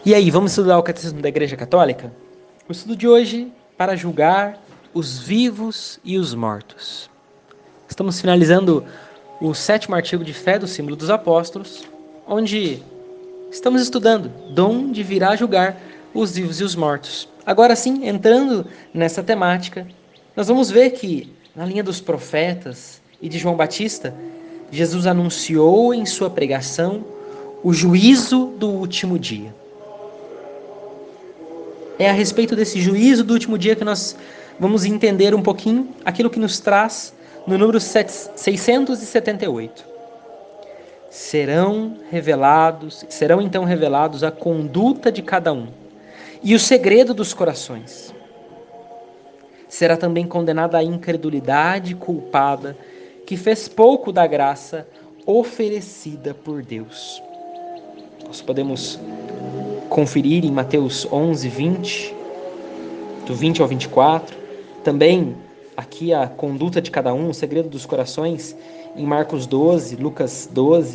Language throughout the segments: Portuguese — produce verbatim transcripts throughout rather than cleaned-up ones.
E aí, vamos estudar o Catecismo da Igreja Católica? O estudo de hoje para julgar os vivos e os mortos. Estamos finalizando o sétimo artigo de fé do símbolo dos apóstolos, onde estamos estudando de onde virá julgar os vivos e os mortos. Agora sim, entrando nessa temática, nós vamos ver que, na linha dos profetas e de João Batista, Jesus anunciou em sua pregação o juízo do último dia. É a respeito desse juízo do último dia que nós vamos entender um pouquinho aquilo que nos traz no número seiscentos e setenta e oito. Serão revelados, serão então revelados a conduta de cada um e o segredo dos corações. Será também condenada a incredulidade culpada que fez pouco da graça oferecida por Deus. Nós podemos conferir em Mateus onze, vinte, do vinte ao vinte e quatro. Também aqui a conduta de cada um, o segredo dos corações, em Marcos doze, Lucas doze.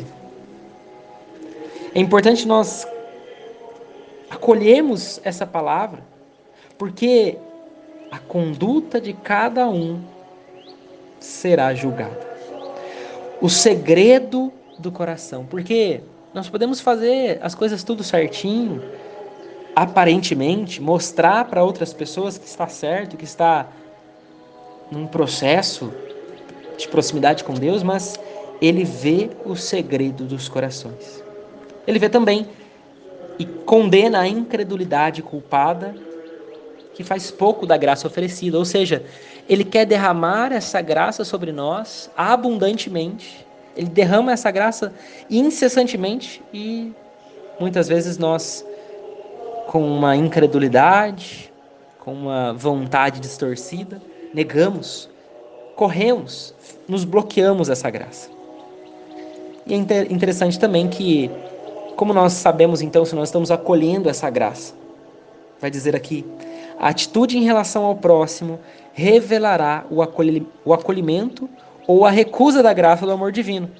É importante nós acolhermos essa palavra, porque a conduta de cada um será julgada. O segredo do coração, porque nós podemos fazer as coisas tudo certinho, aparentemente, mostrar para outras pessoas que está certo, que está num processo de proximidade com Deus, mas ele vê o segredo dos corações. Ele vê também e condena a incredulidade culpada que faz pouco da graça oferecida, ou seja, ele quer derramar essa graça sobre nós abundantemente, ele derrama essa graça incessantemente e muitas vezes nós, com uma incredulidade, com uma vontade distorcida, negamos, corremos, nos bloqueamos essa graça. E é interessante também que, como nós sabemos então se nós estamos acolhendo essa graça, vai dizer aqui, a atitude em relação ao próximo revelará o, acolhi- o acolhimento ou a recusa da graça do amor divino.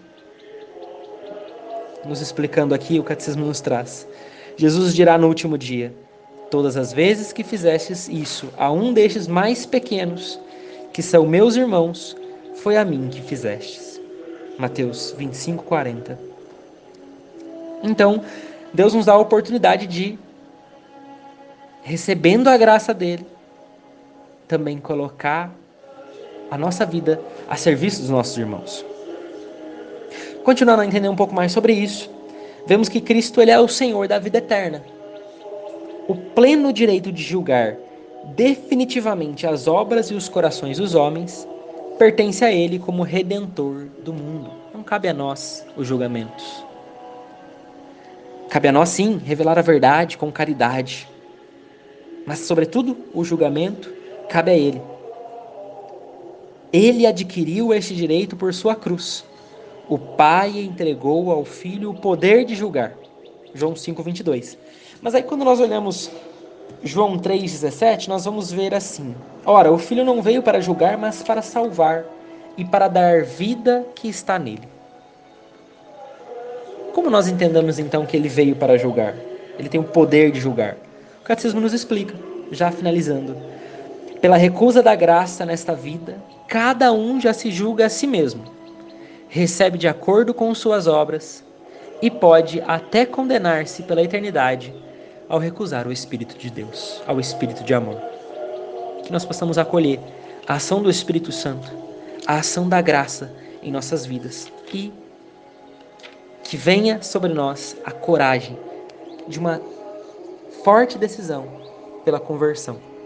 Nos explicando aqui, o catecismo nos traz. Jesus dirá no último dia, todas as vezes que fizestes isso a um destes mais pequenos, que são meus irmãos, foi a mim que fizestes. Mateus vinte e cinco, quarenta. Então, Deus nos dá a oportunidade de, recebendo a graça dele, também colocar a nossa vida a serviço dos nossos irmãos. Continuando a entender um pouco mais sobre isso, vemos que Cristo ele é o Senhor da vida eterna. O pleno direito de julgar definitivamente as obras e os corações dos homens pertence a ele como Redentor do mundo. Não cabe a nós os julgamentos. Cabe a nós, sim, revelar a verdade com caridade. Mas, sobretudo, o julgamento cabe a ele. Ele adquiriu este direito por sua cruz. O Pai entregou ao Filho o poder de julgar. João cinco, vinte e dois. Mas aí quando nós olhamos João três, dezessete, nós vamos ver assim. Ora, o Filho não veio para julgar, mas para salvar e para dar vida que está nele. Como nós entendemos então que ele veio para julgar? Ele tem o poder de julgar. O Catecismo nos explica, já finalizando. Pela recusa da graça nesta vida, cada um já se julga a si mesmo, recebe de acordo com suas obras e pode até condenar-se pela eternidade ao recusar o Espírito de Deus, ao Espírito de amor. Que nós possamos acolher a ação do Espírito Santo, a ação da graça em nossas vidas e que venha sobre nós a coragem de uma forte decisão pela conversão.